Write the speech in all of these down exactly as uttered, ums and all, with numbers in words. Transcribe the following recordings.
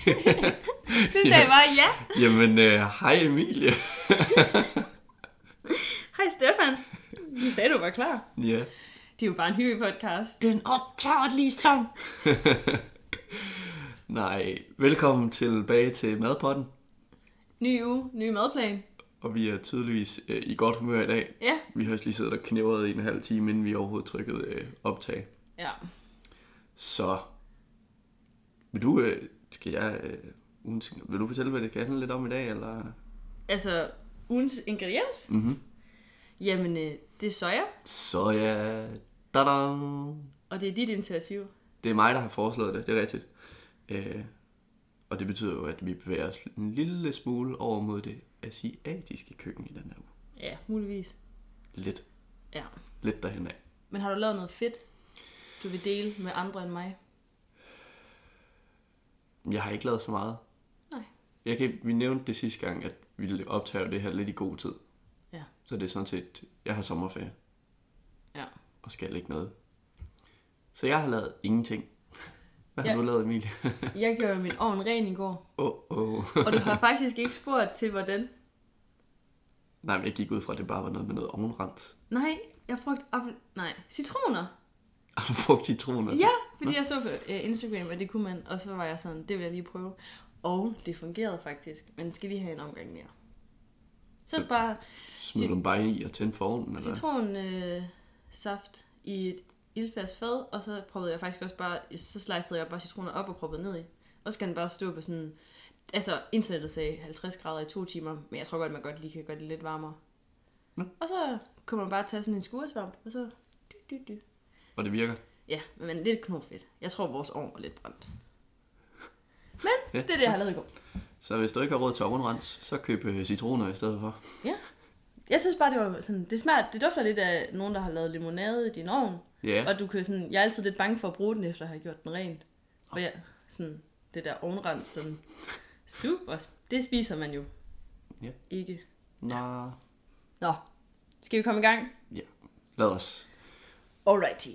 Du sagde bare ja. Jamen, øh, hej Emilie. Hej Stefan. Du sagde, du var klar. Ja. Det er jo bare en hyggelig podcast. Den optager ligesom. Nej, velkommen tilbage til Madpotten. Ny uge, ny madplan. Og vi er tydeligvis øh, i godt humør i dag. Ja. Vi har også lige siddet og knævret i en halv time, inden vi overhovedet trykkede øh, optag. Ja. Så, vil du, øh, skal jeg, øh, ugens, vil du fortælle, hvad det skal handle lidt om i dag, eller? Altså, ugens ingrediens? Mhm. Jamen, øh, det er soja, Så ja, da-da. og det er dit initiativ. Det er mig, der har foreslået det, det er rigtigt. Øh, og det betyder jo, at vi bevæger os en lille smule over mod det asiatiske køkken i den her uge. Ja, muligvis. Lidt, Ja. lidt derhen af. Men har du lavet noget fedt, du vil dele med andre end mig? Jeg har ikke lavet så meget. Nej. Jeg kan, vi nævnte det sidste gang, at vi optager det her lidt i god tid. Ja. Så det er sådan set, jeg har sommerferie Ja. og skal ikke noget. Så jeg har lavet ingenting. Hvad har Ja. du lavet, Emilie? Jeg gjorde min ovn ren i går, Åh, oh, oh. og du har faktisk ikke spurgt til, hvordan. Nej, men jeg gik ud fra, at det bare var noget med noget ovenrens. Nej, jeg brugte apple... Nej, citroner. Har du brugt citroner? Ja, fordi jeg så på uh, Instagram, at det kunne man, og så var jeg sådan, det vil jeg lige prøve. Og det fungerede faktisk, men skal lige have en omgang mere. Så, så bare Smider du dem bare i og tænde for ovnen, eller? citronsaft øh, saft i et ildfast fad, og så proppede jeg faktisk også bare, så slicede jeg bare citroner op og proppede ned i. Og så kan den bare stå på sådan, altså internettet sagde halvtreds grader i to timer, men jeg tror godt, man godt lige kan gøre det lidt varmere. Nå. Og så kunne man bare tage sådan en skuresvamp, og så dy, dy, dy. Og det virker? Ja, men lidt knofedt. Jeg tror, vores ovn var lidt brændt. Men Ja. det er det, jeg har lavet i går. Så hvis du ikke har råd til ovenrens, så køb øh, citroner i stedet for. Ja. Jeg synes bare, det var sådan, det er smart. Det dufter lidt af nogen, der har lavet limonade i din ovn. Ja. Og du kan sådan, jeg er altid lidt bange for at bruge den, efter at have gjort den rent. For ja, sådan, det der ovenrens, sådan, super, det spiser man jo Ja. ikke. Nå. Nå, skal vi komme i gang? Ja, lad os. Alrighty.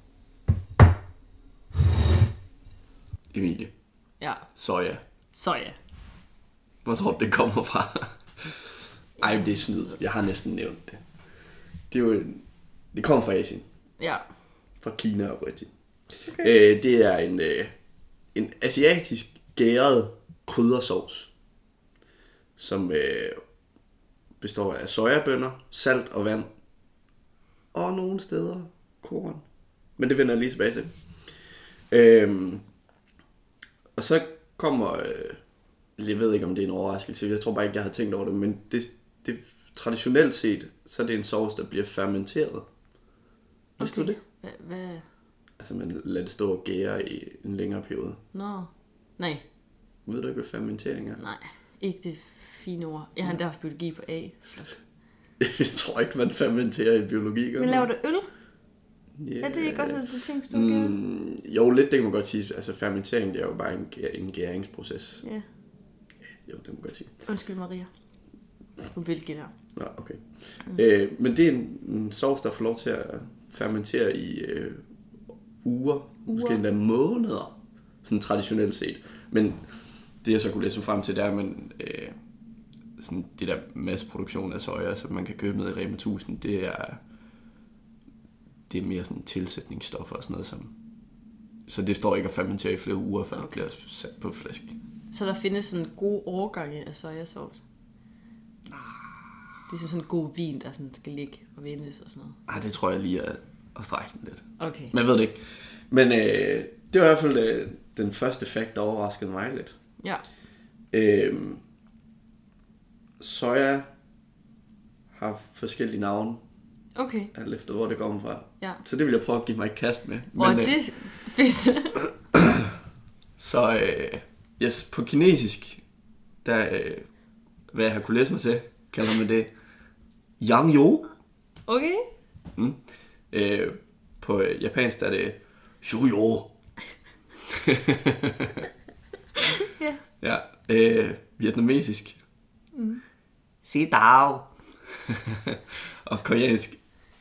Emilie. Ja, Soja. så ja. Hvor tror du, det kommer fra? Ej, det er snyd. Jeg har næsten nævnt det. Det er jo en... Det kommer fra Asien. Ja, Fra Kina og Britain. Okay. Øh, det er en, øh, en asiatisk gæret kryddersovs, som øh, består af sojabønner, salt og vand, og nogle steder korn. Men det vender jeg lige tilbage til. Øhm, og så kommer... Øh, jeg ved ikke, om det er en overraskelse. Jeg tror bare ikke, jeg har tænkt over det. Men det, det traditionelt set, så er det en sovs, der bliver fermenteret. Vidste okay. du det? Hvad? Hvad? Altså, man lader det stå og gære i en længere periode. Nå. Nej, Ved du ikke, hvad fermentering er? nej. Ikke det fine ord. Jeg har endda haft biologi på A. Flot. Jeg tror ikke, man fermenterer i biologi. Gør Men laver man? du øl? Yeah. Er det ikke også det tyngste, du gør? mm, Jo, lidt, det kan man godt sige. Altså, fermentering, det er jo bare en, gæ- en gæringsproces. Ja. Jo, det må man godt sige. Undskyld, Maria. Du vil give der. Nå, okay. Mm. Øh, men det er en, en sovs, der får lov til at fermentere i øh, uger, uger, måske endda måneder, sådan traditionelt set. Men det jeg så kunne læse mig frem til, det er, at man, øh, sådan det der masseproduktion af soja, som man kan købe ned i Rema tusind, det er, det er mere sådan tilsætningsstoffer og sådan noget, som, så det står ikke at fermentere i flere uger, før okay. det bliver sat på flaske. Så der findes sådan gode årgange af sojasauce? Det er som sådan en god vin, der sådan skal ligge og vendes og sådan noget. Ej, det tror jeg lige er at strække den lidt. Okay. Men jeg ved det ikke. Men øh, det var i hvert fald øh, den første fakt, der overraskede mig lidt. Ja. Øh, soja har forskellige navne, Okay. alt efter hvor det kommer fra. Ja. Så det vil jeg prøve at give mig et kast med. Og øh, det er fedt. Så øh, yes, på kinesisk, der, øh, hvad jeg har kunne læse mig til, kalder man det Yang Yo. Okay. Mm. Øh, på øh, japansk der er det Shuyo. Ja. Ja. Øh, vietnamesisk. Mm. Si dao. Og koreansk.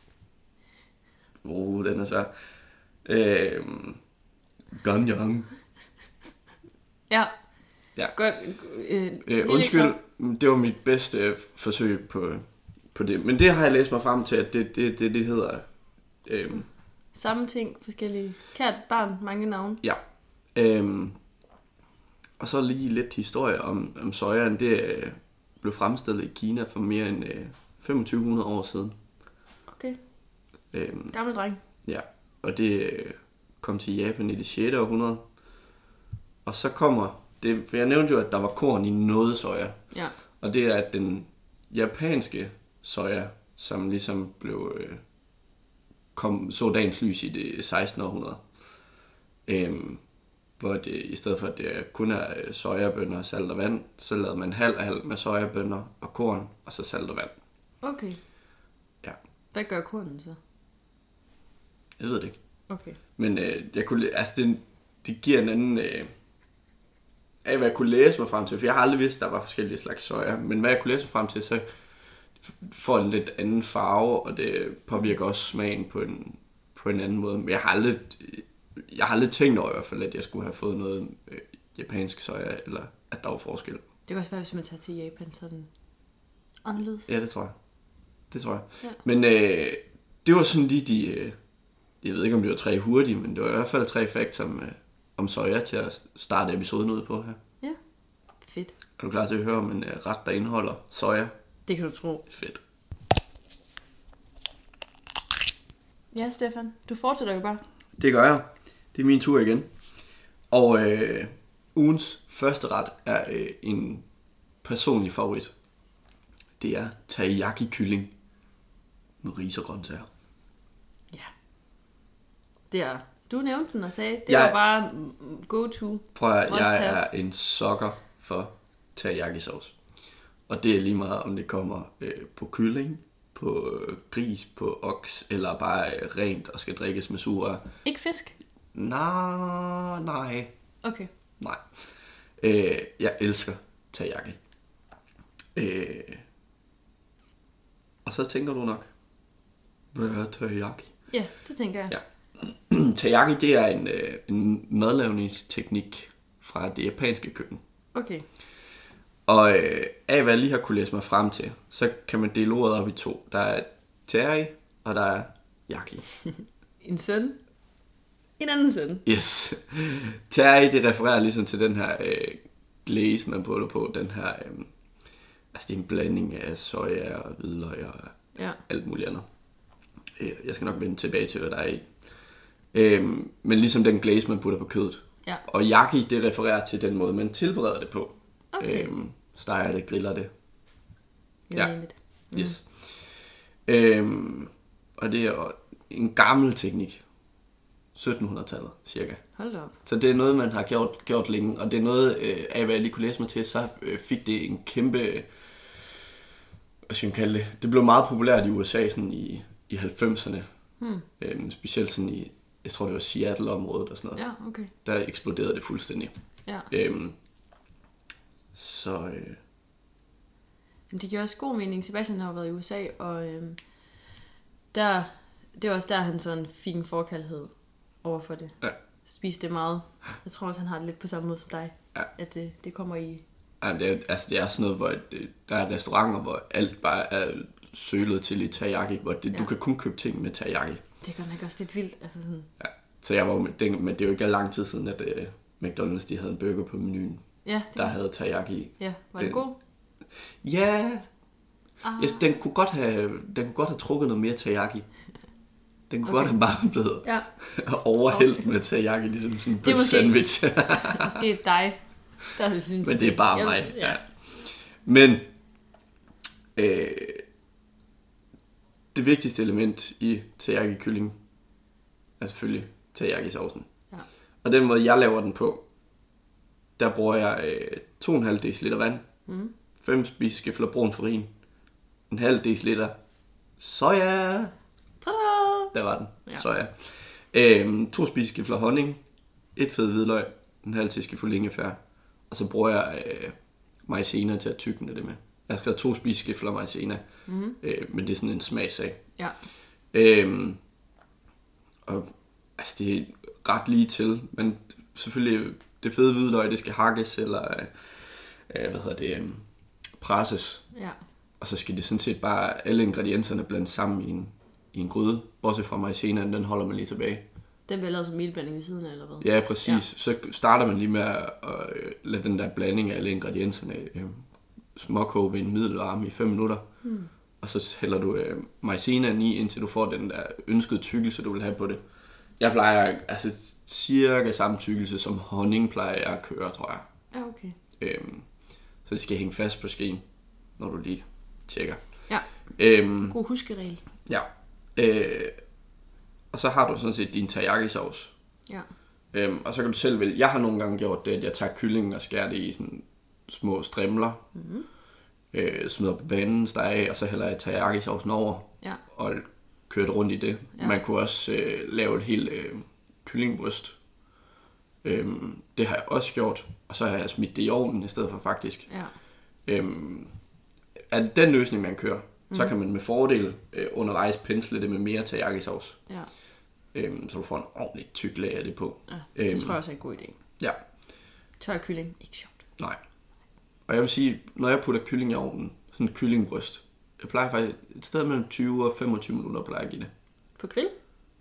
Oh, den er svær. Øh, Ganyang. Ja. Ja. Godt, øh, øh, undskyld, det var mit bedste øh, forsøg på, på det. Men det har jeg læst mig frem til, at det det, det, det hedder... Øh, Samme ting, forskellige. Kært barn, mange navne. Ja. Øhm, og så lige lidt historie om, om sojaen. Det øh, blev fremstillet i Kina for mere end øh, femogtyve hundrede år siden. Okay. Øhm, Gammel dreng. ja, og det øh, kom til Japan i det sjette århundrede. Og så kommer det, for jeg nævnte jo, at der var korn i noget soja. Ja. Og det er at den japanske soja, som ligesom blev... Øh, kom, så dagens lys i det sekstende århundrede. Øhm, hvor det, i stedet for at det kun er sojabønner, salt og vand, så lavede man halv og halv med sojabønner og korn, og så salt og vand. Okay. Ja. Hvad gør kornen så? Jeg ved det ikke. Okay. Men øh, jeg kunne, altså det, det giver en anden... Øh, af hvad jeg kunne læse mig frem til, for jeg har aldrig vidst, at der var forskellige slags soja, men hvad jeg kunne læse mig frem til, så får en lidt anden farve, og det påvirker også smagen på en, på en anden måde. Men jeg har aldrig, jeg har aldrig tænkt over i hvert fald, at jeg skulle have fået noget øh, japansk soja, eller at der var forskel. Det kan også være, hvis man tager til Japan, så er den anderledes. Ja, det tror jeg. Det tror jeg. Ja. Men øh, det var sådan lige de, øh, jeg ved ikke om det var tre hurtige, men det var i hvert fald tre facts om, øh, om soja til at starte episoden ud på her. Ja, fedt. Er du klar til at høre om en øh, ret, der indeholder soja? Det kan du tro. Fedt. Ja, Stefan, du fortsætter jo bare. Det gør jeg. Det er min tur igen. Og øh, ugens første ret er øh, en personlig favorit. Det er teriyaki-kylling med ris og grøntsager. Ja. Det er... Du nævnte den og sagde, det jeg, var bare go-to. Prøv at, Must jeg have. er en sokker for teriyaki-sauce. Og det er lige meget, om det kommer øh, på kylling, på øh, gris, på oks, eller bare øh, rent og skal drikkes med sugerør. Ikke fisk? Nej, nej, Okay. nej. Øh, jeg elsker teriyaki. Øh, og så tænker du nok, hvad er teriyaki? Ja, det tænker jeg. Ja. Teriyaki, det er en, øh, en madlavningsteknik fra det japanske køkken. Okay. Og øh, af hvad jeg lige har kunne læse mig frem til, så kan man dele ordet op i to. Der er teri, og der er yaki. En søn. En anden søn. Yes. Teri, det refererer ligesom til den her øh, glaze, man putter på. Den her, øh, altså det er en blanding af soja og hvidløg og Ja. alt muligt andet. Øh, jeg skal nok vende tilbage til, hvad der er i. Øh, men ligesom den glaze, man putter på kødet. Ja. Og yaki, det refererer til den måde, man tilbereder det på. Okay. Øhm, steger det, griller det. Ja. Ja. Mm. Yes. Øhm, og det er en gammel teknik. sytten hundrede-tallet, cirka. Hold da op. Så det er noget, man har gjort, gjort længe. Og det er noget, øh, af hvad jeg lige kunne læse mig til, så øh, fik det en kæmpe... Hvad skal man kalde det? Det blev meget populært i U S A sådan i, i halvfemserne. Hmm. Øhm, specielt sådan i, jeg tror det var Seattle-området og sådan noget. Ja, okay. Der eksploderede det fuldstændig. Ja. Øhm, så... Øh, Men det giver også god mening. Sebastian har jo været i U S A, og øhm, der, det var også der, han sådan fik en forkærlighed over for det. Ja. Spiste det meget. Jeg tror også, han har det lidt på samme måde som dig. Ja. At det, det kommer i... Ja, det er, altså det er sådan noget, hvor det, der er restauranter, hvor alt bare er sølet til i teriyaki, hvor det, Ja. du kan kun købe ting med teriyaki. Det gør nok også lidt vildt. Altså sådan... Ja. Så jeg var jo med, det, men det er jo ikke lang tid siden, at uh, McDonald's de havde en burger på menuen, Ja, det der havde teriyaki i. Ja, var det Den- god? Ja, Ah. yes, den, kunne godt have, den kunne godt have trukket noget mere teriyaki. Den kunne Okay. godt have bare blevet Ja, overhældt med teriyaki, ligesom sådan en Det er bøf måske- sandwich. måske dig, der vil synes Men det er bare Jeg- mig. Ja. Ja. Men øh, det vigtigste element i teriyaki-kylling er selvfølgelig teriyaki-saucen. Ja. Og den måde, jeg laver den på, der bruger jeg øh, to komma fem deciliter vand, Mm. fem spiseskefler brun farin, en halv deciliter soja, Tada! der var den, Ja. ja. soja, øhm, to spiseskefler honning, et fed hvidløg, en halv teskefuld ingefær, og så bruger jeg øh, maizena til at tykne det med. Jeg har skrevet to spiseskefler maizena, Mm. øh, men det er sådan en smagssag. Ja. Øhm, og altså det er ret lige til, men selvfølgelig det fede hvidløg, det skal hakkes, eller øh, hvad hedder det, øh, presses. Ja. Og så skal det sådan set bare alle ingredienserne blandes sammen i en, i en gryde. Bortset fra maizenaen, den holder man lige tilbage. Den bliver lavet som melblanding ved siden af, eller hvad? Ja, præcis. Ja. Så starter man lige med at, at lade den der blanding af alle ingredienserne øh, småkoge ved en middelvarme i fem minutter. Hmm. Og så hælder du øh, maizenaen i, indtil du får den der ønskede tykkelse, du vil have på det. Jeg plejer altså cirka samme tykkelse, som honning plejer jeg at køre, tror jeg. Ja, okay. Øhm, så det skal hænge fast på skeen, når du lige tjekker. Ja, øhm, god huskeregel. Ja. Øh, og så har du sådan set din teriyaki-sauce. Ja. Øhm, og så kan du selv vælge. Jeg har nogle gange gjort det, at jeg tager kyllingen og skærer det i sådan små strimler. Mm-hmm. Øh, smider på banen, steger af, og så hælder jeg teriyaki-saucen over. Ja. Og kører det rundt i det. Ja. Man kunne også øh, lave et helt øh, kyllingbryst. Øhm, det har jeg også gjort. Og så har jeg smidt det i ovnen i stedet for faktisk. Ja. Øhm, er det den løsning, man kører, mm. så kan man med fordel øh, undervejs pensle det med mere teriyaki-sauce. Ja. Øhm, så du får en ordentlig tyk lag af det på. Ja, det øhm, tror jeg også er en god idé. Ja. Tør kylling, ikke sjovt. Nej. Og jeg vil sige, når jeg putter kylling i ovnen, sådan et kyllingbryst, jeg plejer faktisk et sted mellem tyve og femogtyve minutter plejer jeg at give det. På grill?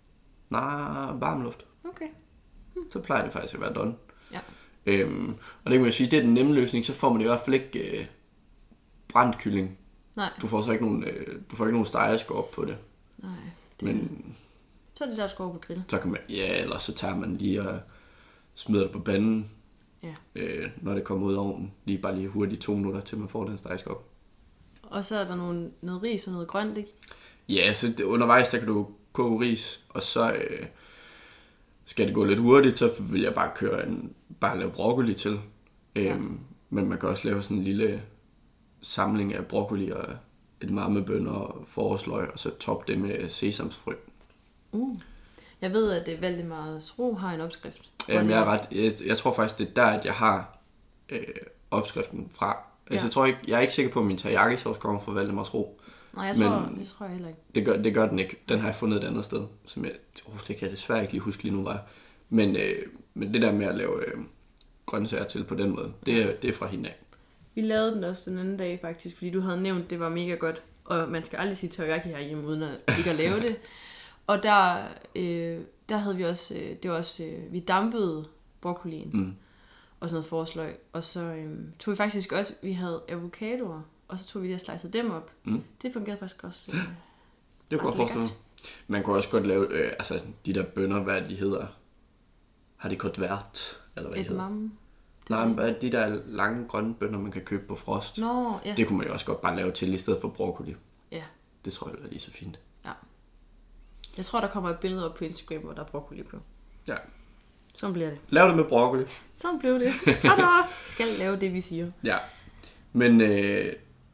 Nej, varm luft. Okay. Hm. Så plejer det faktisk at være done. Ja. Øhm, og det kan man sige, det er den nemme løsning, så får man i hvert fald ikke øh, brændt kylling. Nej. Du får så ikke nogen, øh, du får ikke nogen stegeskorp på det. Nej. Det Men så er det der skår på grill. så kan man, ja, eller så tager man lige og smider det på panden, ja. øh, når det kommer ud af ovnen. Lige bare lige hurtigt to minutter, til man får den stegeskorp. Og så er der nogle, noget ris og noget grønt, ikke? Ja, så det, undervejs der kan du koge ris, og så øh, skal det gå lidt hurtigt, så vil jeg bare køre en, bare lave broccoli til. Ja. Øhm, men man kan også lave sådan en lille samling af broccoli og edamamebønner og forårsløg, og så toppe det med sesamsfrø. Uh. Jeg ved, at det Valdemars Ro har en opskrift. Jamen, jeg, er ret, jeg, jeg tror faktisk, det er der, at jeg har øh, opskriften fra. Ja. Altså, jeg, tror ikke, jeg er ikke sikker på, at min teriyaki-sauce kommer fra Valdemars Ro. Nej, jeg tror, men det tror jeg heller ikke. Det gør, det gør den ikke. Den har jeg fundet et andet sted. Som jeg, oh, det kan jeg desværre ikke lige huske lige nu, var. Men, øh, men det der med at lave øh, grøntsager til på den måde, det, ja. det er fra hende af. Vi lavede den også den anden dag faktisk, fordi du havde nævnt, det var mega godt. Og man skal aldrig sige teriyaki herhjemme, uden at ikke at lave det. Og der, øh, der havde vi også, øh, det var også, øh, vi dampede broccolien mm. og sådan noget forårsløg. Og så øh, tog vi faktisk også, vi havde avocadoer, og så tog vi lige og slicede dem op. Mm. Det fungerede faktisk også. Øh, det kunne jeg forstå. Man kunne også godt lave, øh, altså de der bønner, hvad de hedder. Har de godt været? Eller hvad Et mam. Nej, men de der lange grønne bønner, man kan købe på frost. Nå, ja. Det kunne man jo også godt bare lave til i stedet for broccoli. Ja. Det tror jeg ville være lige så fint. Ja. Jeg tror, der kommer et billede op på Instagram, hvor der er broccoli på. Ja. Sådan bliver det. Lav det med broccoli. Sådan blev det. Tada! Skal lave det, vi siger. Ja. Men øh,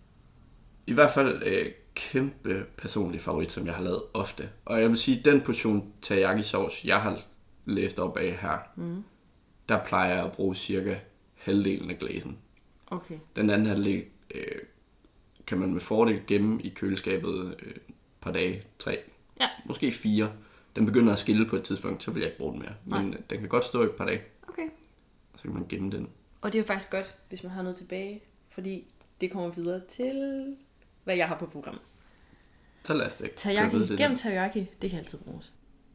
i hvert fald øh, kæmpe personlig favorit, som jeg har lavet ofte. Og jeg vil sige, den portion teriyaki-sauce, jeg har læst op af her, mm. der plejer jeg at bruge cirka halvdelen af glæsen. Okay. Den anden halvdel øh, kan man med fordel gemme i køleskabet øh, et par dage, tre, ja. måske fire. Den begynder at skille på et tidspunkt, så vil jeg ikke bruge den mere. Nej. Men den kan godt stå et par dage. Okay. Så kan man gemme den. Og det er jo faktisk godt, hvis man har noget tilbage, fordi det kommer videre til, hvad jeg har på programmet. Så lad os det. Teriyaki, gennem teriyaki, det kan altid bruges.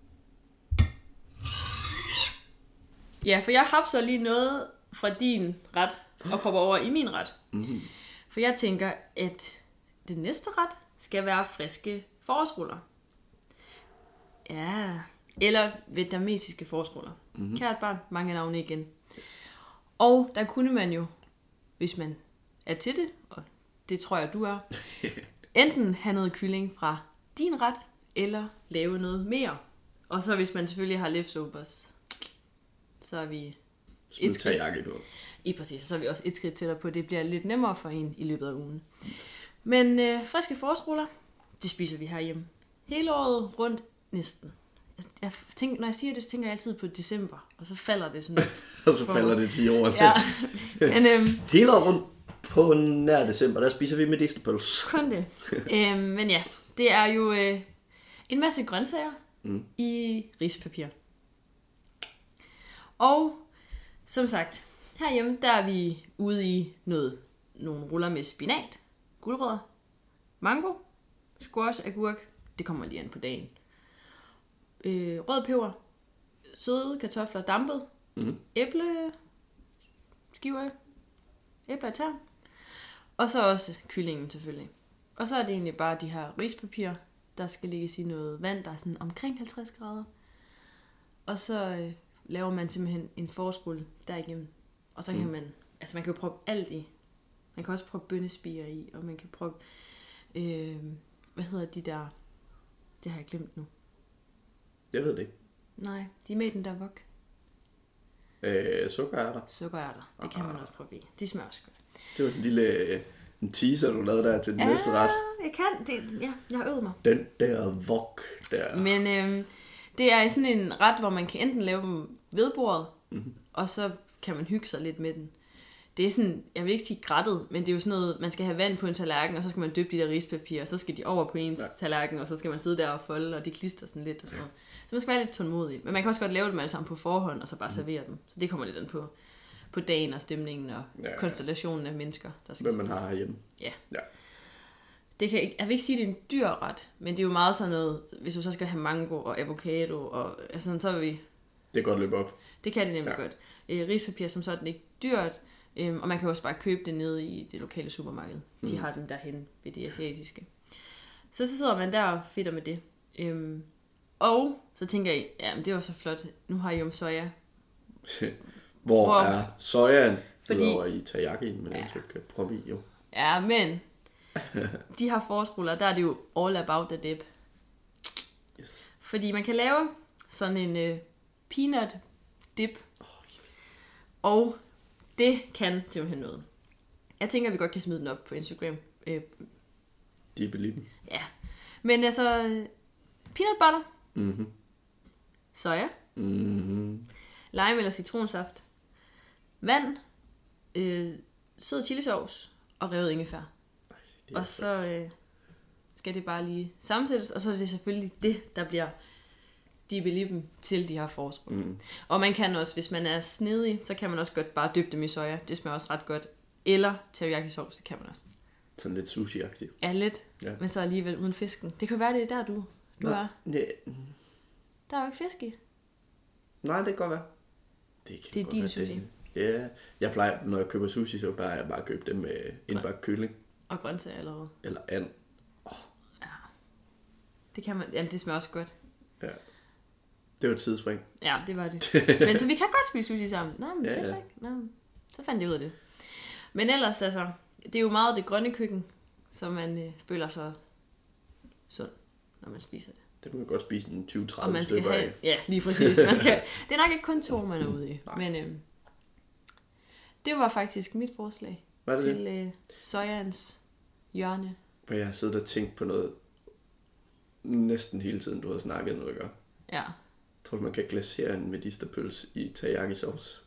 Ja, for jeg hapser lige noget fra din ret og kommer over i min ret. Mm-hmm. For jeg tænker, at det næste ret skal være friske forårsruller. Ja, eller vietnamesiske forårsruller. Mm-hmm. Kært barn, mange navne igen. Yes. Og der kunne man jo, hvis man er til det, og det tror jeg, du er, enten have noget kylling fra din ret, eller lave noget mere. Og så hvis man selvfølgelig har leftovers, så er vi et skridt på. I præcis, så er vi også et skridt tættere på, at det bliver lidt nemmere for en i løbet af ugen. Yes. Men øh, friske forårsruller, det spiser vi herhjemme. Hele året rundt næsten. Jeg, jeg tænker, når jeg siger det, så tænker jeg altid på december, og så falder det sådan. og så falder det ti år. Ja. Men, øhm, hele året rundt på nær december, der spiser vi med distelpøls. Kun det. øhm, men ja, det er jo øh, en masse grøntsager mm. i rispapir. Og som sagt, herhjemme, der er vi ude i noget, nogle ruller med spinat, gulerødder, mango, squash, agurk, det kommer lige an på dagen. Øh, rød peber, søde kartofler dampet, Mm. æble, skiver, æbler i tern, og så også kyllingen selvfølgelig. Og så er det egentlig bare de her rispapir, der skal lægges i noget vand, der er sådan omkring halvtreds grader. Og så øh, laver man simpelthen en forsrulle derigennem. Og så kan mm. man, altså man kan jo proppe alt i. Man kan også proppe bønnespiger i, og man kan proppe, øh, hvad hedder de der, det har jeg glemt nu. Jeg ved det ikke. Nej, de er med i den der wok. Øh, sukkerærter. Sukkerærter, det kan man også proppe i. De smager også godt. Det var den lille øh, en teaser, du lavede der til den ja, næste ret. jeg kan. Det, ja, jeg har øvet mig. Den der wok der. Men øh, det er sådan en ret, hvor man kan enten lave dem ved bordet, mm-hmm. og så kan man hygge sig lidt med den. Det er sådan, jeg vil ikke sige grættet, men det er jo sådan noget, man skal have vand på en tallerken, og så skal man dyppe de der rispapir, og så skal de over på ens ja. tallerken, og så skal man sidde der og folde, og de klister sådan lidt og sådan noget. Så man skal være lidt tålmodig. Men man kan også godt lave dem alle sammen på forhånd, og så bare servere dem. Så det kommer lidt an på, på dagen og stemningen og ja, ja. konstellationen af mennesker, der skal Hvem man har herhjemme. Ja. ja. Det kan ikke, jeg vil ikke sige, at det er en dyr ret, men det er jo meget sådan noget, hvis du så skal have mango og avocado, og altså, så vil vi... Det kan godt løbe op. Det kan det nemlig ja. godt. Øh, rispapir som sådan ikke dyrt, øhm, og man kan også bare købe det nede i det lokale supermarked. De mm. har dem derhen ved det asiatiske. Så, så sidder man der og fedter med det. Øhm, og så tænker jeg, ja, men det var så flot. Nu har I om soja. Hvor, Hvor er sojaen? Fordi, udover i teriyakien, men ja. jeg kan proppe i, jo. Ja, men de her forårsruller, der er det jo all about the dip. Yes. Fordi man kan lave sådan en uh, peanut dip. Oh, yes. Og det kan simpelthen noget. Jeg tænker, at vi godt kan smide den op på Instagram. Øh, Dip i lippen. Ja. Men altså, peanut butter. Mhm. Soja. Mhm. Lime eller citronsaft. Vand. Øh, sød chilisauce. Og revet ingefær. Og så øh, skal det bare lige sammensættes. Og så er det selvfølgelig det, der bliver dip i lippen til de her forårsruller. Mm. Og man kan også, hvis man er snedig, så kan man også godt bare dyppe dem i soja. Det smager også ret godt. Eller teriyaki sauce, det kan man også. Sådan lidt sushi-agtigt. Ja, lidt. Ja. Men så alligevel uden fisken. Det kan være, det er der, du, du er. Ja. Der er jo ikke fisk i. Nej, det kan godt være. Det, kan det er godt din være, sushi. Det. Ja, jeg plejer, når jeg køber sushi, så plejer jeg bare at købe dem med indbagt kylling. Og grøntsager allerede. Eller and. Oh. Ja. Det kan man, jamen det smager også godt. Ja. Det var et tidsspring. Ja, det var det. Men så vi kan godt spise sushi sammen. Nej, men ja, det er ja. ikke. Nå, så fandt jeg ud af det. Men ellers, altså, det er jo meget det grønne køkken, så man øh, føler sig sund, når man spiser det. Det kan man godt spise en tyve til Og man tredive skal stykker have, af. ja, lige præcis. Man skal, det er nok ikke kun to, man er ude i. Men øh, det var faktisk mit forslag til øh, sojans hjørne. Og jeg har siddet og tænkt på noget næsten hele tiden, du havde snakket noget, ikke? Ja. Tror du, man kan glasere en medisterpølse i teriyaki sauce?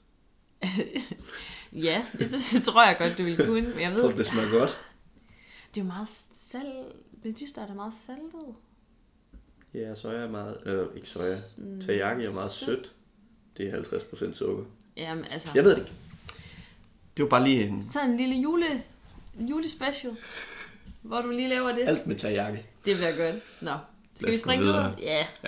Ja, det, det tror jeg godt, du ville kunne. Men jeg ved, tror du, det smager ja. godt? Det er jo meget salt. Medister er da meget saltet. Ja, soja er meget... Øh, ikke soja. Teriyaki er meget sødt. Det er halvtreds procent sukker. Jamen, altså... Jeg ved det ikke. Det var bare lige en... Så en lille jule, julespecial, hvor du lige laver det. Alt med teriyaki. Det bliver godt. Nå, skal vi springe videre? Ja. ja.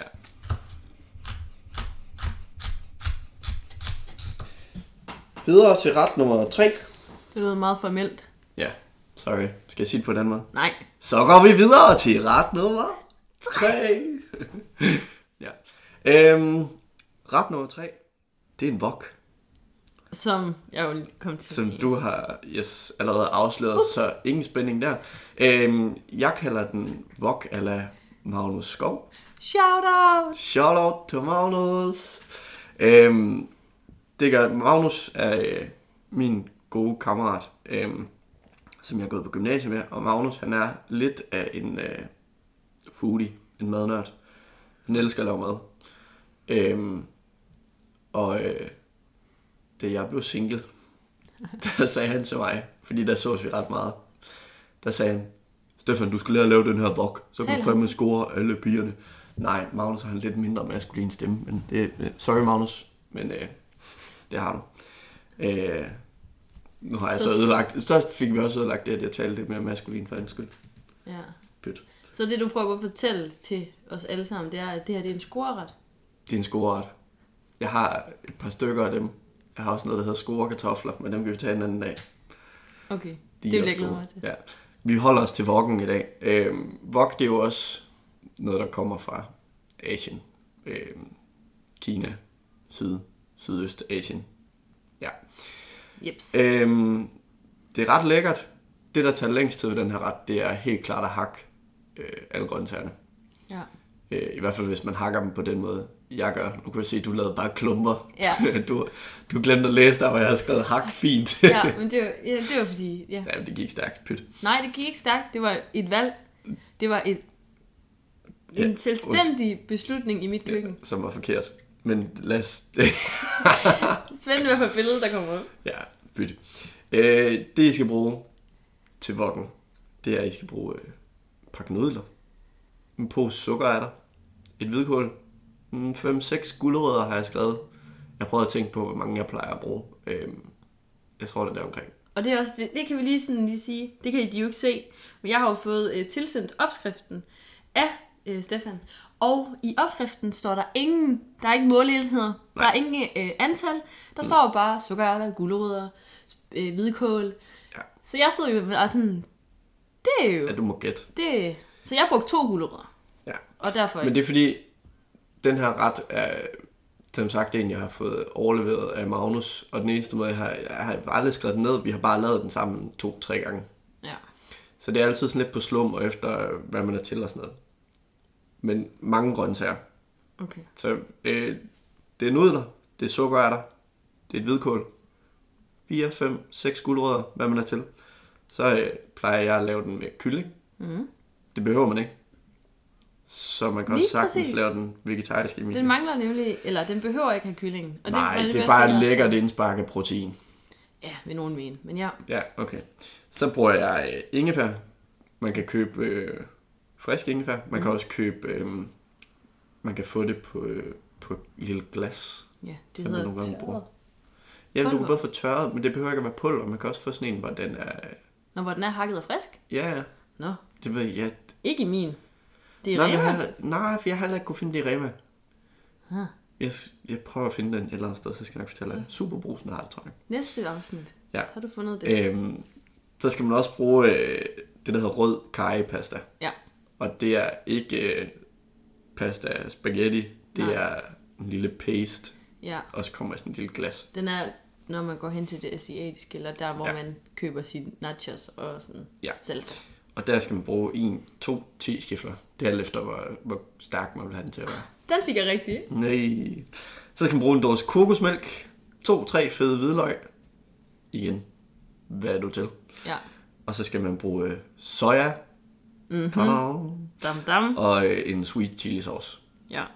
Videre til ret nummer tre. Det lyder meget formelt. Ja, sorry. Skal jeg sige det på den måde? Nej. Så går vi videre til ret nummer tre. ja. Øhm, ret nummer tre, det er en wok. Som jeg jo kom til Som at sige. du har yes, allerede afsløret, uh. så ingen spænding der. Øhm, jeg kalder den wok a la Magnus Skov. Shout out! Shout out to Magnus. Øhm, det gør, Magnus er øh, min gode kammerat, øh, som jeg har gået på gymnasiet med. Og Magnus, han er lidt af en øh, foodie, en madnørd. Han elsker at lave mad. Øh, og øh, da jeg blev single, der sagde han til mig, fordi der sås vi ret meget, der sagde han, Stefan, du skal lære at lave den her wok, så kan du fandme score alle pigerne. Nej, Magnus har en lidt mindre maskulin stemme, men det, sorry Magnus, men øh, det har du. Øh, nu har jeg så, Så- så ødelagt, så fik vi også ødelagt det, at jeg talte lidt mere maskulin for en skyld. Ja. Pyt. Så det, du prøver at fortælle til os alle sammen, det er, at det her det er en scoreret. Det er en scoreret. Jeg har et par stykker af dem. Jeg har også noget, der hedder scorekartofler, men dem kan vi tage en anden dag. Okay, De det vil er jeg også glæde gode. mig til. Ja. Vi holder os til wok'en i dag. Øhm, wok, det er jo også noget, der kommer fra Asien. Øhm, Kina, Syd, Sydøstasien. Ja. Jeps. Øhm, det er ret lækkert. Det, der tager længst tid ved den her ret, det er helt klart at hakke øh, alle grøntsagerne. Ja. Øh, I hvert fald, hvis man hakker dem på den måde, jeg gør. Nu kan jeg se, at du lavede bare klumper. Ja. du, du glemte at læse der, hvor jeg har skrevet hak fint. Ja, men det var, ja, det var fordi... Ja. Ja, det gik stærkt. Pyt. Nej, det gik ikke stærkt. Det var et valg. Det var et, en Ja, selvstændig beslutning i mit køkken. Som var forkert. Men lad os... Spændende, hvad for billede, der kommer op. ja, pyt. Øh, det, I skal bruge til wok'en, det er, at I skal bruge øh, pakke nudler, en pose sukkerærter, et hvidkål, fem seks gulerødder har jeg skrevet. Jeg prøvede at tænke på, hvor mange jeg plejer at bruge. Øh, jeg tror, det er der omkring. Og det er også det, det kan vi lige sådan lige sige. Det kan I de jo ikke se. Men jeg har jo fået øh, tilsendt opskriften af øh, Stefan. Og i opskriften står der ingen, der er ikke måleenheder. Der er ingen øh, antal. Der mm. står bare sukkerærter, gulerødder, øh, hvidkål. Ja. Så jeg stod jo og sådan, det er jo... Ja, du må gætte. Det, så jeg brugte to gulerødder. Ja. Og derfor... Men det er fordi, den her ret er, som sagt, en, jeg har fået overleveret af Magnus. Og den eneste måde, jeg har, jeg har aldrig skrevet den ned. Vi har bare lavet den sammen to-tre gange. Ja. Så det er altid sådan lidt på slum, og efter hvad man er til og sådan noget. Men mange grøntsager. Okay. Så øh, det er nudler, det er sukkerærter, det er et hvidkål, fire, fem, seks gulerødder, hvad man er til. Så øh, plejer jeg at lave den med kylling. Mm. Det behøver man ikke. Så man kan Lige også sagtens præcis. lave den vegetarisk i min. Den mangler nemlig... Eller den behøver ikke have kyllingen. Og Nej, det, det, det er værste, bare der et lækkert indspark af protein. Ja, vil nogen mene. Men ja. Ja, okay. Så bruger jeg øh, ingefær. Man kan købe øh, frisk ingefær. Man mm. kan også købe... Øh, man kan få det på, øh, på et lille glas. Ja, det som jeg nogle hedder gange bruger. tørret. Ja, du Pulver. kan både få tørret, men det behøver ikke at være pulver. Man kan også få sådan en, hvor den er... Når hvor den er hakket og frisk? Ja, ja. Nå, Det ved jeg. Ja. ikke i min. Det er Nej, men jeg Rema. har, heller- nej, for jeg har heller ikke kunne finde det i Rema. Huh. Jeg, jeg prøver at finde den et eller andet sted, så skal jeg nok fortælle dig. Superbrusen har det, tror jeg. Næste afsnit. Ja. Har du fundet det? Øhm, så skal man også bruge øh, det, der hedder rød karry-pasta. Ja. Og det er ikke øh, pasta spaghetti. Det Nej. er en lille paste. Ja. Og så kommer i sådan et lille glas. Den er, når man går hen til det asiatiske, eller der, hvor Ja. man køber sine nachos og sådan Ja. salsa. Og der skal man bruge en, to, ti skifler. Det er alt efter, hvor, hvor stærk man vil have den til at være. Den fik jeg rigtig. Nej. Så skal man bruge en dåse kokosmælk. To, tre fede hvidløg. Igen. Hvad er du til? Ja. Og så skal man bruge øh, soja. Mhm. Ta-da. Dam, dam. Og øh, en sweet chili sauce. Ja.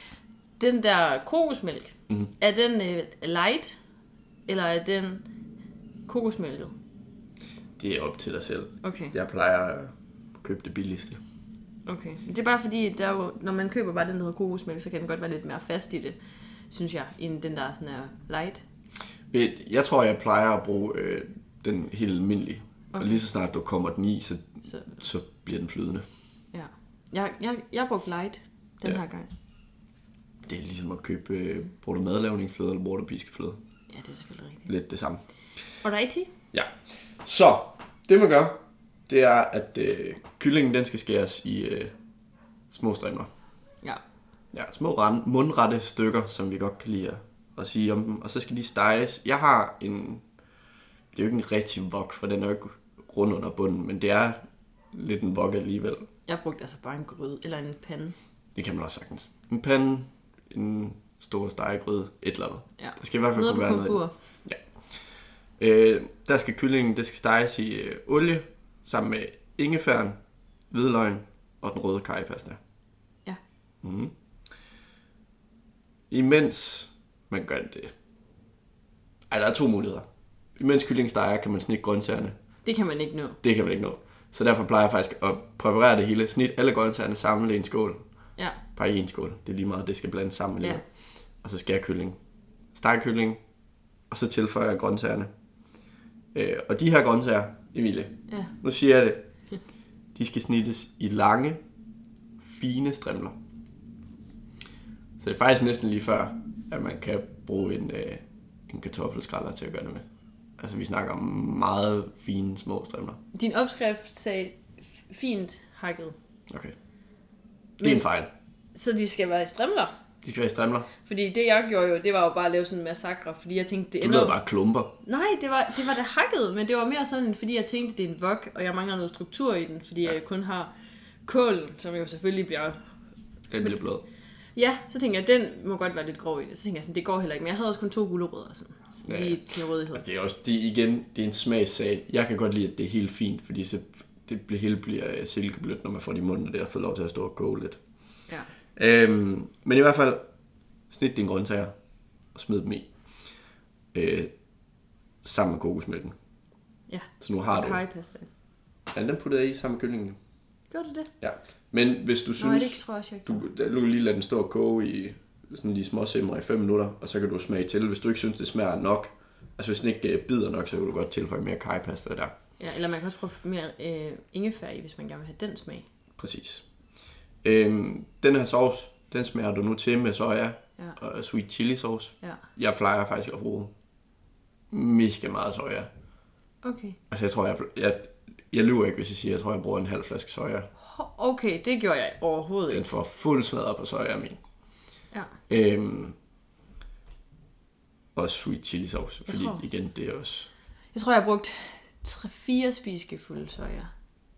Den der kokosmælk, Mhm. er den øh, light, eller er den kokosmælket? Det er op til dig selv. Okay. Jeg plejer at købe det billigste. Okay. Det er bare fordi, der er jo, når man køber bare den, der hedder kokosmælk, så kan den godt være lidt mere fast i det, synes jeg, end den der sådan er light. Ved- Jeg tror, jeg plejer at bruge øh, den helt almindelige. Okay. Og lige så snart du kommer den i, så, Så, så bliver den flydende. ja. Jeg, jeg, jeg brugte light den Ja. her gang. Det er ligesom at købe, øh, bruger du madlavningsfløde, eller bruger du piskefløde. Ja, det er selvfølgelig rigtigt. Lidt det samme. Alrighty. Ja. Så, det man gør, det er, at øh, kyllingen, den skal skæres i øh, små strimler. Ja. Ja, små rand, mundrette stykker, som vi godt kan lide at, at sige om dem. Og så skal de steges. Jeg har en... Det er jo ikke en rigtig wok, for den er jo ikke rund under bunden, men det er lidt en wok alligevel. Jeg brugte altså bare en gryde, eller en pande. Det kan man også sagtens. En pande, en stor stegegryde, et eller andet. Ja. Der skal i hvert fald Noget kunne på være noget. komfur. Øh, der skal kyllingen, det skal steges i øh, olie, sammen med ingefæren, hvidløgn og den røde karrypasta. Ja. Mm-hmm. Imens man gør det... Ej, der er to muligheder. Imens kyllingen steger, kan man snitte grøntsagerne. Det kan man ikke nå. Det kan man ikke nå. Så derfor plejer jeg faktisk at præparere det hele. Snit alle grøntsagerne sammen i en skål. Ja. Bare i en skål. Det er lige meget, det skal blandes sammen. Ja. Ja. Og så skære kylling. Steg kylling. og så tilføjer jeg grøntsagerne. Øh, og de her grøntsager, Emilie, ja. nu siger jeg det, de skal snittes i lange, fine strimler. Så det er faktisk næsten lige før, at man kan bruge en, øh, en kartoffelskræller til at gøre det med. Altså vi snakker om meget fine små strimler. Din opskrift sagde fint hakket. Okay. Det er Men, en fejl. Så de skal være i strimler? De skal være i strimler. Fordi det jeg gjorde jo, det var jo bare at lave sådan en massakre, fordi jeg tænkte, det ender... Du lavede bare klumper. Nej, det var, det var det hakket, men det var mere sådan, fordi jeg tænkte, det er en wok, og jeg mangler noget struktur i den, fordi ja. jeg kun har kålen, som jo selvfølgelig bliver... Den bliver blød. Ja, så tænkte jeg, den må godt være lidt grov i det. Så tænkte jeg sådan, det går heller ikke, men jeg havde også kun to gulerødder, sådan, ja. lige til rådighed. Og det er også, det, igen, det er en smagssag. Jeg kan godt lide, at det er helt fint, fordi så det bliver, hele bliver silkeblødt, når man får det i munden, og det har fået lov til at stå og koge lidt. Ja. Øhm, men i hvert fald, snit dine grøntsager og smid dem i. Øh, sammen med kokosmælken. Ja, så nu har og du... karrypasta. Ja, den putter jeg i sammen med kyllingen. Gør du det? Ja, men hvis du synes... Nå, det tror jeg også, jeg du, du kan lige lade den stå og koge i sådan de små simmer i fem minutter, og så kan du smage til. Hvis du ikke synes, det smager nok, altså hvis den ikke bider nok, så kan du godt tilføje mere karrypasta der. Ja, eller man kan også prøve mere øh, ingefær i, hvis man gerne vil have den smag. Præcis. Øhm, den her sauce, den smager du nu til med soja ja. og sweet chili sauce. Ja. Jeg plejer faktisk at bruge mega meget soja. Okay. Altså jeg tror, jeg, jeg, jeg lyver ikke, hvis jeg siger, jeg tror, jeg bruger en halv flaske soja. Okay, det gjorde jeg overhovedet ikke. Den får fuld smadret på soja, min. Ja. Øhm, og sweet chili sauce, fordi tror, igen, det er også... Jeg tror, jeg har brugt tre fire spiseskefulde soja.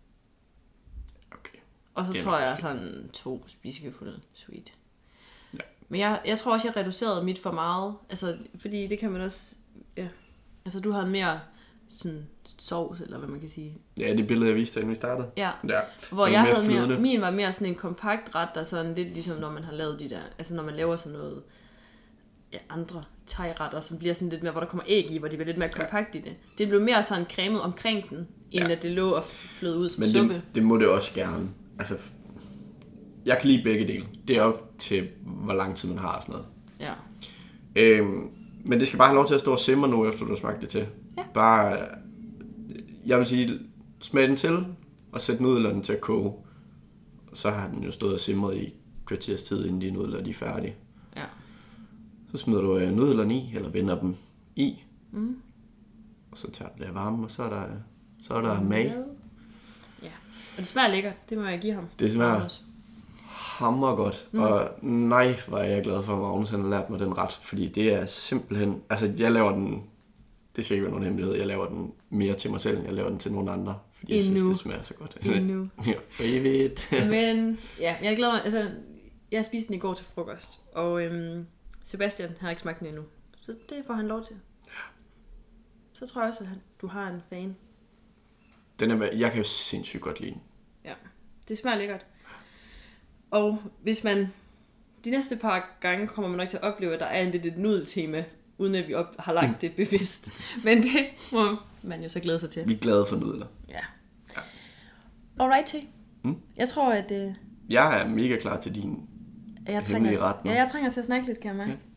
Okay. Og så det tror jeg sådan to spiseskefulde sweet. Ja. Men jeg, jeg tror også, jeg reducerede mit for meget. Altså, fordi det kan man også... Ja. Altså, du har mere sådan sovs, eller hvad man kan sige. Ja, det billede, jeg viste dig, inden vi startede. Ja. ja. Hvor jeg havde mere... Min var mere sådan en kompakt ret, der sådan lidt ligesom, når man har lavet de der... Altså, når man laver sådan noget... Ja, andre thai-retter, som bliver sådan lidt mere, hvor der kommer æg i, hvor det bliver lidt mere kompakt ja. i det. Det blev mere sådan cremet omkring den, end ja. at det lå og flød ud som Men suppe. Det, det må det også gerne. Altså, jeg kan lide begge dele. Det er op til, hvor lang tid man har og sådan noget. Ja. Øhm, men det skal bare have lov til at stå og simre nu, efter du har smagt det til. Ja. Bare, jeg vil sige, smag den til, og sæt nudlerne til at koge. Så har den jo stået og simret i kvarters tid, inden de nudler de er færdige. Ja. Så smider du øh, nudlerne i, eller vender dem i. Mm. Og så tager det lidt varme, og så er der, så er der mag. Ja, og det smager lækkert. Det må jeg give ham. Det smager hammer godt. Mm. Og nej, hvor er jeg glad for, at Magnus han har lært mig den ret. Fordi det er simpelthen... Altså, jeg laver den... Det skal ikke være nogen hemmelighed. Jeg laver den mere til mig selv, end jeg laver den til nogen andre. Fordi jeg Endnu. synes, det smager så godt. Endnu. Ja, for evigt. Men ja, jeg glæder mig... Altså, jeg spiste den i går til frokost. Og øhm, Sebastian har ikke smagt den endnu. Så det får han lov til. Ja. Så tror jeg også, at du har en fan. Den er, jeg kan jo sindssygt godt lide den. Ja, det smager lækkert. Og hvis man... De næste par gange kommer man nok til at opleve, at der er en lidt et nudeltema, uden at vi op, har lagt det bevidst. Men det må man jo så glæde sig til. Vi er glade for nudler. Ja. ja. Alright, T. Mm. Jeg tror, at... Øh, jeg er mega klar til din jeg hemmelige ret nu. Ja, jeg trænger til at snakke lidt, kan jeg mærke. Ja.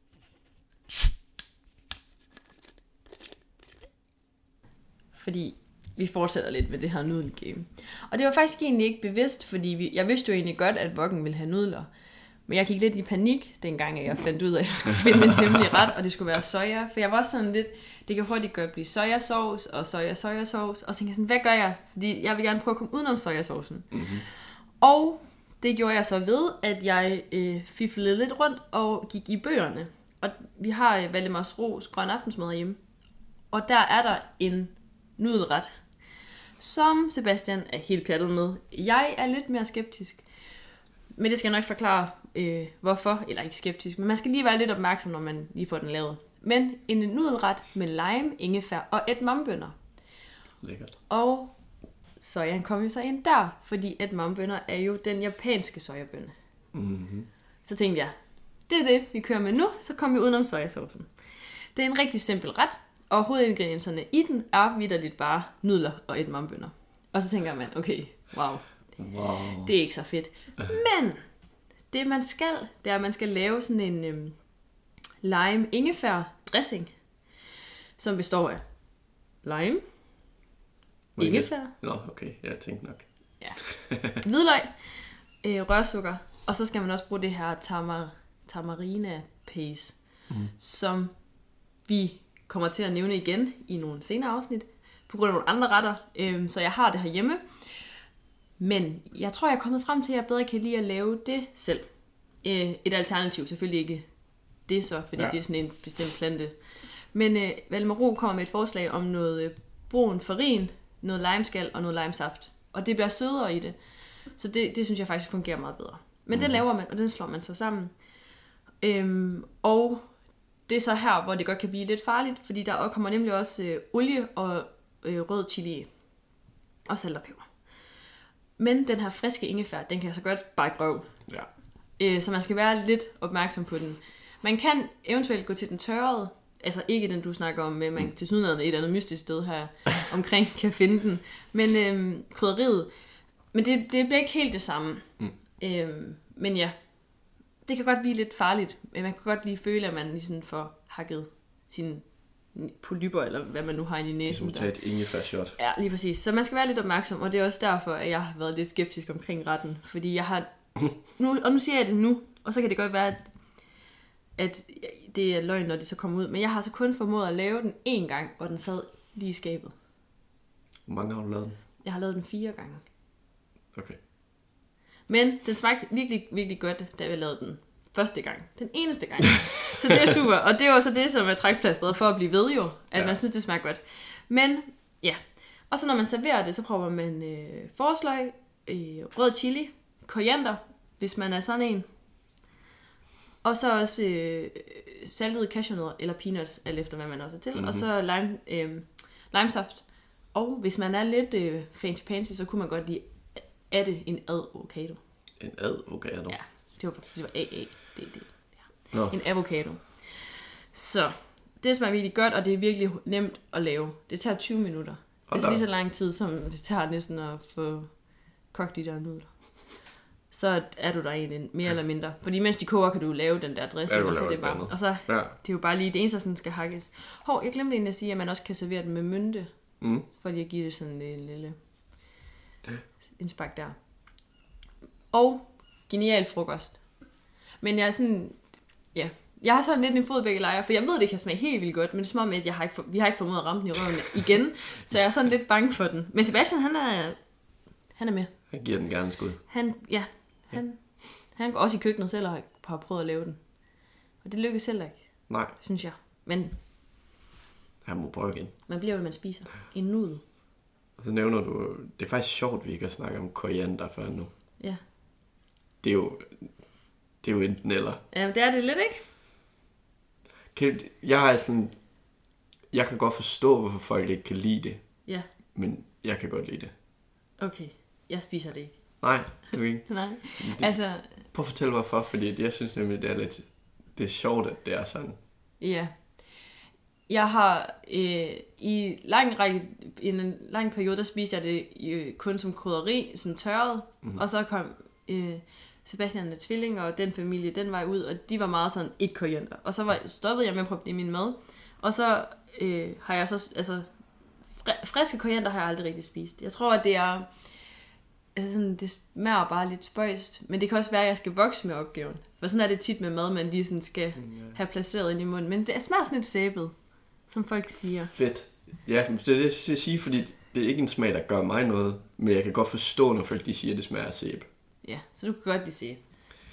Fordi vi fortsætter lidt med det her nudelgame. Og det var faktisk egentlig ikke bevidst, fordi vi, jeg vidste jo egentlig godt, at Vokken ville have nudler. Men jeg gik lidt i panik, dengang jeg fandt ud af, at jeg skulle finde en hemmelig ret, og det skulle være soja. For jeg var sådan lidt, det kan hurtigt godt blive sojasauce og soja-sojasauce. Og så tænkte jeg sådan, hvad gør jeg? Fordi jeg vil gerne prøve at komme udenom sojasaucen. Mm-hmm. Og det gjorde jeg så ved, at jeg øh, fiflede lidt rundt og gik i bøgerne. Og vi har øh, Valdemars Ros grøn aftensmad hjemme. Og der er der en nudelret, som Sebastian er helt pjattet med. Jeg er lidt mere skeptisk. Men det skal jeg nok forklare, øh, hvorfor. Eller ikke skeptisk, men man skal lige være lidt opmærksom, når man lige får den lavet. Men en nudelret med lime, ingefær og edamamebønner. Lækkert. Og sojaen kom jo så ind der, fordi edamamebønner er jo den japanske sojabønne. Mm-hmm. Så tænkte jeg, det er det, vi kører med nu, så kommer vi udenom sojasaucen. Det er en rigtig simpel ret, og hovedingredienserne i den er vitterligt bare nudler og edamamebønner. Og så tænker man, okay, wow, wow. Det er ikke så fedt. Men det man skal, det er, at man skal lave sådan en øhm, lime ingefær dressing. som består af lime, ingefær, Nå, okay, jeg tænkte nok. ja, hvidløg, øh, rørsukker, og så skal man også bruge det her tamar, tamarina paste, mm. som vi kommer til at nævne igen i nogle senere afsnit, på grund af nogle andre retter, øh, så jeg har det herhjemme. Men jeg tror, jeg er kommet frem til, at jeg bedre kan lide at lave det selv. Øh, et alternativ, selvfølgelig ikke det så, fordi ja. det er sådan en bestemt plante. Men øh, Valmaro kommer med et forslag om noget øh, brun farin, noget limeskal og noget limesaft. Og det bliver sødere i det. Så det, det synes jeg faktisk fungerer meget bedre. Men mm. den laver man, og den slår man så sammen. Øhm, og det er så her, hvor det godt kan blive lidt farligt, fordi der kommer nemlig også øh, olie og øh, rød chili og salt og peber. Men den her friske ingefær, den kan så godt bare grøv. Ja. Øh, så man skal være lidt opmærksom på den. Man kan eventuelt gå til den tørrede, altså ikke den, du snakker om, men man til sydenlandet et eller andet mystisk sted her omkring kan finde den. Men øhm, krydderiet, men det, det bliver ikke helt det samme. Mm. Øhm, men ja, det kan godt blive lidt farligt. Man kan godt lige føle, at man ligesom får hakket sine polypper, eller hvad man nu har inde i næsen. Ligesom tage et ingefær-shot. Ja, lige præcis. Så man skal være lidt opmærksom, og det er også derfor, at jeg har været lidt skeptisk omkring retten. Fordi jeg har... Nu, og nu siger jeg det nu, og så kan det godt være, at, at det er løgn, når det så kommer ud. Men jeg har så kun formået at lave den én gang, hvor den sad lige i skabet. Hvor mange har du lavet den? Jeg har lavet den fire gange. Okay. Men den smagte virkelig, virkelig godt, da vi lavede den første gang. Den eneste gang. Så det er super. Og det er også det, som er trækplastret for at blive ved jo. At ja. man synes, det smager godt. Men ja. Og så når man serverer det, så prøver man øh, forsløg, øh, rød chili, koriander, hvis man er sådan en. Og så også øh, saltede cashewnødder eller peanuts, alt efter hvad man også er til. Mm-hmm. Og så lime, øh, limesaft. Og hvis man er lidt øh, fancy-pansy, så kunne man godt lide adde en avocado. En avocado? Ja, det var, det var A A. Det, det, ja. No. En avocado. Så det smager virkelig godt, og det er virkelig nemt at lave. Det tager tyve minutter. Det er lige så lang tid, som det tager næsten at få kogt de der nudler. Så er du der egentlig mere ja. eller mindre. Fordi mens de koger, kan du lave den der dressing, ja, og så er det bare. Og så ja. det er jo bare lige det eneste, der skal hakkes. Hov, jeg glemte egentlig at sige, at man også kan servere den med mynte. Mm. For lige at give det sådan en lille ja. indspark der. Og genial frokost. Men jeg er sådan, ja, jeg har sådan lidt en fod begge lejre, for jeg ved, det kan smage helt vildt godt, men det er som om, at jeg har ikke for, vi har ikke formået at ramme den i røven igen, så jeg er sådan lidt bange for den. Men Sebastian, han er, han er med. Han giver den gerne en skud. Han, ja, han, ja. han går også i køkkenet selv og har prøvet at lave den. Og det lykkes heller ikke. Nej. Synes jeg. Men han må prøve igen. Man bliver jo, hvad man spiser. En nudel. Og så nævner du, det er faktisk sjovt, vi ikke har snakket om koriander før nu. Ja. Det er jo, det er jo enten eller. Ja, det er det lidt, ikke? Kan, jeg har sådan, jeg kan godt forstå, hvorfor folk ikke kan lide det. Ja. Men jeg kan godt lide det. Okay, jeg spiser det ikke. Nej, det er ikke. Nej, det, altså. Prøv at fortælle hvorfor, fordi jeg synes nemlig, det er lidt, det er sjovt, at det er sådan. Ja. Jeg har øh, i lang række, i en lang periode, der spiste jeg det øh, kun som krydderi, sådan tørret. Mm-hmm. Og så kom øh, Sebastian og tvilling, og den familie, den var ud, og de var meget sådan, ikke koriander. Og så var, stoppede jeg med at prøve det i min mad. Og så øh, har jeg så, altså, friske koriander har jeg aldrig rigtig spist. Jeg tror, at det er, altså sådan, det smager bare lidt spøjst. Men det kan også være, at jeg skal vokse med opgaven. For sådan er det tit med mad, man lige sådan skal have placeret ind i munden. Men det smager sådan lidt sæbet, som folk siger. Fedt. Ja, det er det, jeg siger, fordi det er ikke en smag, der gør mig noget. Men jeg kan godt forstå, når folk de siger, at det smager af sæbe. Ja, så du kan godt lide sæbe.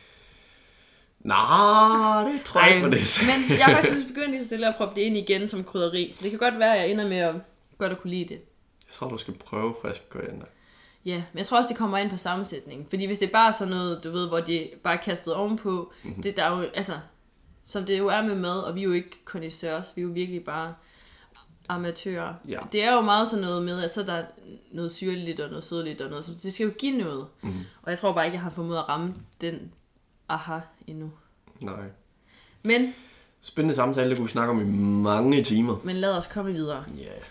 Nej, det tror jeg ikke på det. Men jeg har faktisk begyndt lige så stille at proppe det ind igen som krydderi. Det kan godt være, at jeg ender med at godt at kunne lide det. Jeg tror, du skal prøve friske koriander. Ja, men jeg tror også, det kommer ind på sammensætningen. Fordi hvis det er bare sådan noget, du ved, hvor de bare er kastet ovenpå, mm-hmm. det der er jo, altså, som det jo er med mad, og vi er jo ikke connoisseurs, vi er jo virkelig bare amatører. Ja. Det er jo meget sådan noget med, at så er der noget syrligt og noget sødligt og noget, så det skal jo give noget. Mm-hmm. Og jeg tror bare ikke, jeg har formået at ramme den aha endnu. Nej. Men spændende samtale, det kunne vi snakke om i mange timer. Men lad os komme videre. Ja. Yeah.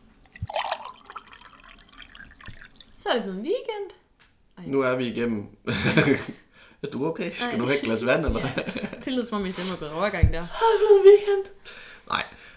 Så er det blevet en weekend. Ej. Nu er vi igennem. Er du okay? Skal Ej. du have et glas vand, eller? Ja. Det lyder som om, min stemme er gået overgang der. Så er det blevet weekend. Nej,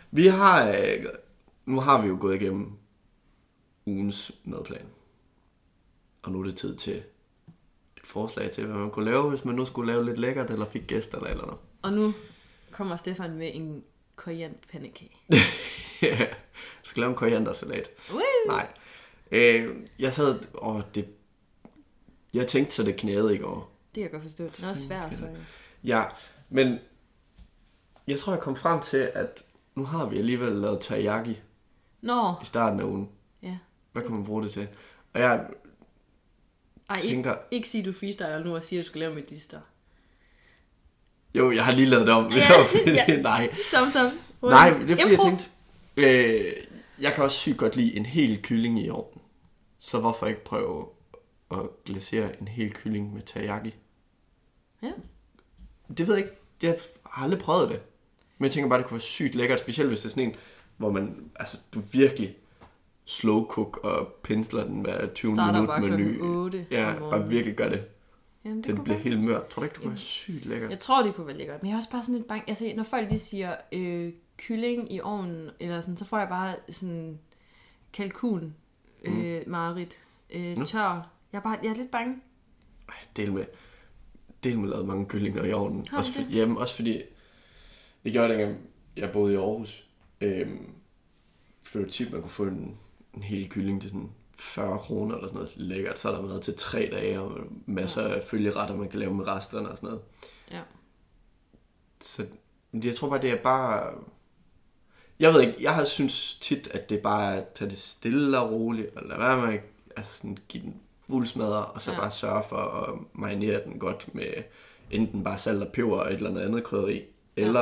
Vi har... Øh, nu har vi jo gået igennem ugens madplan. Og nu er det tid til et forslag til, hvad man kunne lave, hvis man nu skulle lave lidt lækkert, eller fik gæster eller eller noget. Og nu kommer Stefan med en korianderpandekage. Ja, jeg skal lave en koriandersalat. Woo! Nej. Øh, jeg sad... Åh, det... Jeg tænkte, så det knæede i går. Det kan jeg godt forstå. Det er også svært, så... Ja, men jeg tror, jeg kom frem til, at nu har vi alligevel lavet teriyaki Nå. i starten af ugen. Ja. Hvad kan man bruge det til? Og jeg Ej, tænker... ikke, ikke sige, du freestyler nu og siger, at du skal lave medister. Jo, jeg har lige lavet det om. Ja, ja. Nej. Som, som. Nej, det er fordi, jeg tænkte... Øh, jeg kan også sygt godt lide en hel kylling i ovnen. Så hvorfor ikke prøve at glasere en hel kylling med teriyaki? Ja. Det ved jeg ikke. Jeg har aldrig prøvet det. Men jeg tænker bare, det kunne være sygt lækkert. Specielt hvis det er sådan en, hvor man, altså, du virkelig slow cook og pensler den hver tyve minutter med ny. otte. Ja, bare virkelig gør det. Jamen, det det bliver helt mørkt. Tror du ikke, det kunne være sygt lækkert? Jeg tror, det kunne være lækkert. Men jeg er også bare sådan lidt bange. Altså, når folk lige siger øh, kylling i ovnen, eller sådan, så får jeg bare sådan kalkun, øh, mm. mareridt, øh, tør. Jeg er, bare, jeg er lidt bange. Ej, del med. Del med lavet mange kyllinger i ovnen. Har Også, du for, det? jamen, også fordi, det gjorde jeg dengang, jeg boede i Aarhus. Øhm, for det var tit, man kunne få en, en hel kylling til sådan fyrre kroner eller sådan noget lækkert. Så er der mad til tre dage, og masser af følgeretter, man kan lave med resterne og sådan noget. Ja. Så jeg tror bare, det er bare... Jeg ved ikke, jeg har synes tit, at det bare er at tage det stille og roligt, og lade være med at altså sådan, give den fuld smadre, og så ja. bare sørge for at marinere den godt med enten bare salt og peber og et eller andet andet krydderi, ja. Eller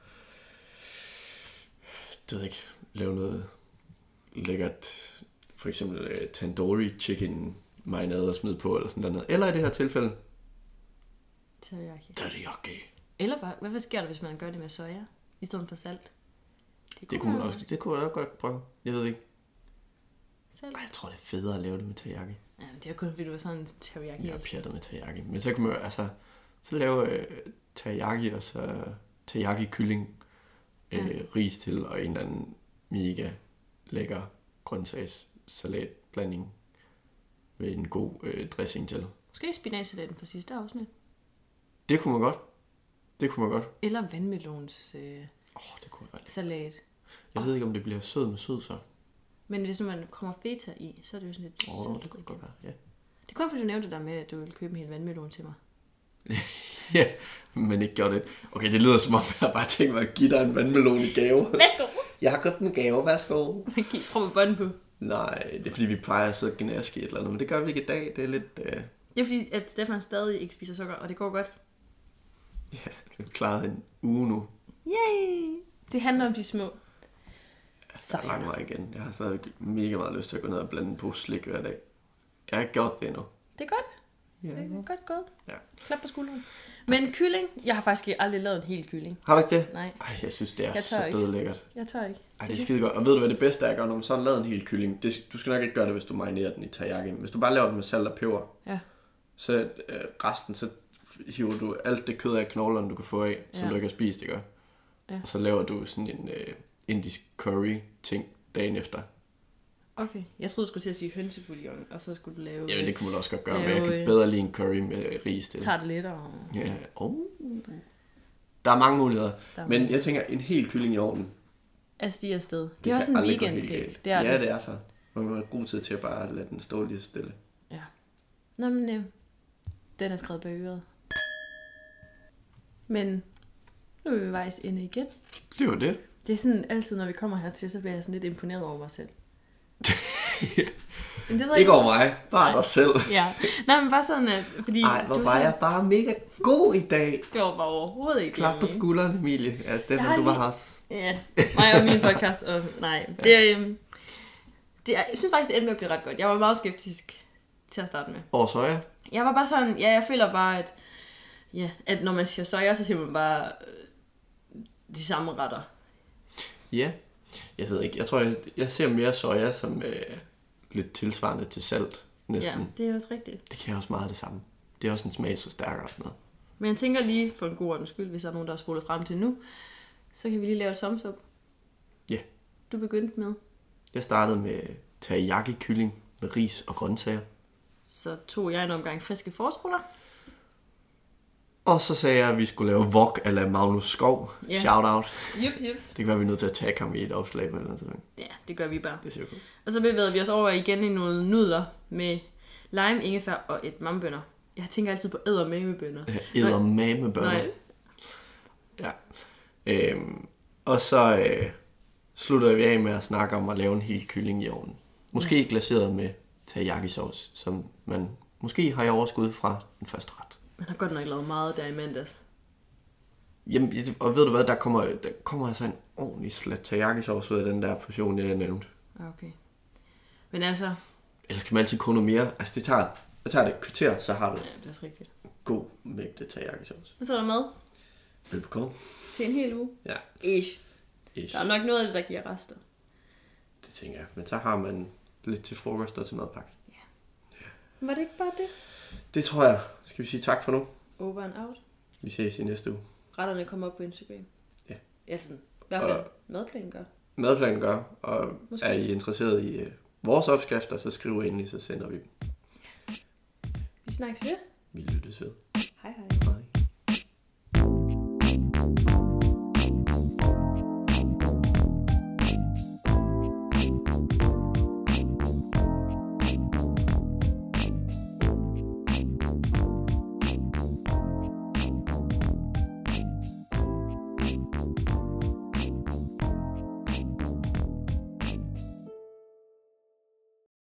det ved jeg ikke, lave noget lækkert, for eksempel uh, tandoori chicken marinade og smide på, eller sådan noget. Eller i det her tilfælde teriyaki. Teriyaki. Eller bare, hvad, hvad sker der, hvis man gør det med soja, i stedet for salt? Det, det kunne man også, det kunne jeg også godt prøve. Jeg ved ikke. Salt? Ej, jeg tror, det er federe at lave det med teriyaki. Ja, det er kun fordi, du var sådan en teriyaki. Jeg er pjattet med teriyaki. Men så kan man altså, så lave øh, teriyaki og så teriyaki kylling, øh, ja. ris til og en eller anden mega lækker grøntsagssalatblanding med en god øh, dressing til. Måske spinatsalaten fra sidste afsnit. Det kunne man godt. Det kunne man godt. Eller vandmelons øh, oh, det kunne være salat. Jeg oh. ved ikke, om det bliver sød med sød så. Men hvis nu man kommer feta i, så er det jo sådan lidt... Åh, oh, det kunne godt være, ja. Det er kun fordi, du nævnte der med, at du ville købe en hel vandmelon til mig. Ja, men ikke gjort det. Okay, det lyder som om, jeg bare tænker mig at give dig en vandmelon i gave. Værsgo! Jeg har købt en gave, værsgo. Prøv med bånden på. Nej, det er fordi, vi plejer at sidde og gnaske et eller andet, men det gør vi ikke i dag. Det er lidt... Uh... Det er fordi, at Stefan stadig ikke spiser sukker, og det går godt. Ja, vi har klaret en uge nu. Yay! Det handler om de små. Så jeg mig igen. Jeg har stadig mega meget lyst til at gå ned og blande en pose slik hver dag. Jeg har ikke gjort det endnu. Det er godt. Ja. Det er godt gået. Ja. Klap på skulderen. Men kylling, jeg har faktisk aldrig lavet en hel kylling. Har du ikke det? Nej. Ej, jeg synes, det er jeg så død lækkert. Jeg tør ikke. Ej, det er skide godt. Og ved du, hvad det bedste er at gøre, når man så har lavet en hel kylling? Det, du skal nok ikke gøre det, hvis du marinerer den i teriyaki. Hvis du bare laver den med salt og peber, ja. så øh, resten, så hiver du alt det kød af knoglerne, du kan få af, som ja. du ikke har spist, ikke? Ja. Og så laver du sådan en øh, indisk curry-ting dagen efter. Okay, jeg troede, du skulle til at sige hønsebouillon, og så skulle du lave... Jamen, det kunne man også godt gøre, lave, men jeg kan bedre lide en curry med ris til. Tarteletter og... Ja, oh. Der er mange muligheder, er men jeg tænker, en hel kylling i ovnen. Altså, de er afsted. Det, det er også en weekend-ting. Det er ja, det. det er så. Man må have god tid til at bare lade den stå lige stille. Ja. Nå, men øh, den er skrevet bag øret. Men nu er vi vejs inde igen. Det var det. Det er sådan altid, når vi kommer hertil, så bliver jeg sådan lidt imponeret over mig selv. Men det ved ikke over mig, bare nej. Dig selv. Ja. Nej, men bare sådan, at... Fordi ej, hvor var sådan... jeg bare mega god i dag. Det var bare overhovedet ikke. Klap på skulderen, Emilie. Ja, Stefan, du var lige... has. Ja, mig og min podcast. Og nej, det er... Øhm, det er, jeg synes faktisk, det endte med at blive ret godt. Jeg var meget skeptisk til at starte med. Over soja? Jeg var bare sådan... Ja, jeg føler bare, at... Ja, at når man siger soja, så siger man bare... Øh, de samme retter. Ja. Jeg ved ikke. Jeg tror, jeg, jeg ser mere soja som øh, lidt tilsvarende til salt. Næsten. Ja, det er også rigtigt. Det kan også meget det samme. Det er også en smagsforstærker og sådan noget. Men jeg tænker lige, for en god ordens skyld, hvis der er nogen, der har spolet frem til nu, så kan vi lige lave et thumbs up. du begyndte med? Jeg startede med teriyaki-kylling med ris og grøntsager. Så tog jeg en omgang friske forsruller. Og så sagde jeg, at vi skulle lave wok a la Magnus Skov. Ja. Shout out. Jups, jups. Det kan være, vi er nødt til at tagge ham i et opslag på et eller andet tidspunkt. Ja, det gør vi bare. Det ser cool. Og så bevægede vi os over igen i nogle nudler med lime, ingefær og et mambønner. Jeg tænker altid på eddermamebønner. Eddermamebønner. Nej. Ja. Øhm, og så øh, slutter vi af med at snakke om at lave en hel kylling i ovnen. Måske ja. Glaseret med teriyaki-sauce, som man måske har i overskud fra den første ret. Man har godt nok lavet meget der i mandags. Jamen, og ved du hvad, der kommer, der kommer altså en ordentlig slat teriyaki-sauce ud af den der portion, jeg nævnte. Okay. Men altså... Ellers skal man altid kunne noget mere. Altså, det tager, det tager det et kvarter, så har du ja, det er også rigtigt. god mængde teriyaki-sauce. Og så er der mad. Velbekomme. Til en hel uge. Ja. Ish. Ish. Der er nok noget af det, der giver rester. Det tænker jeg. Men så har man lidt til frokost og til madpakke. Ja. ja. Var det ikke bare det? Det tror jeg. Skal vi sige tak for nu? Over and out. Vi ses i næste uge. Retterne kommer op på Instagram. Ja. Ja, sådan. I hvert fald og madplanen gør. Madplanen gør. Og måske. Er I interesseret i uh, vores opskrifter, så skriv ind i, så sender vi dem. Ja. Vi snakkes ved. Vi lyttes ved. Hej hej.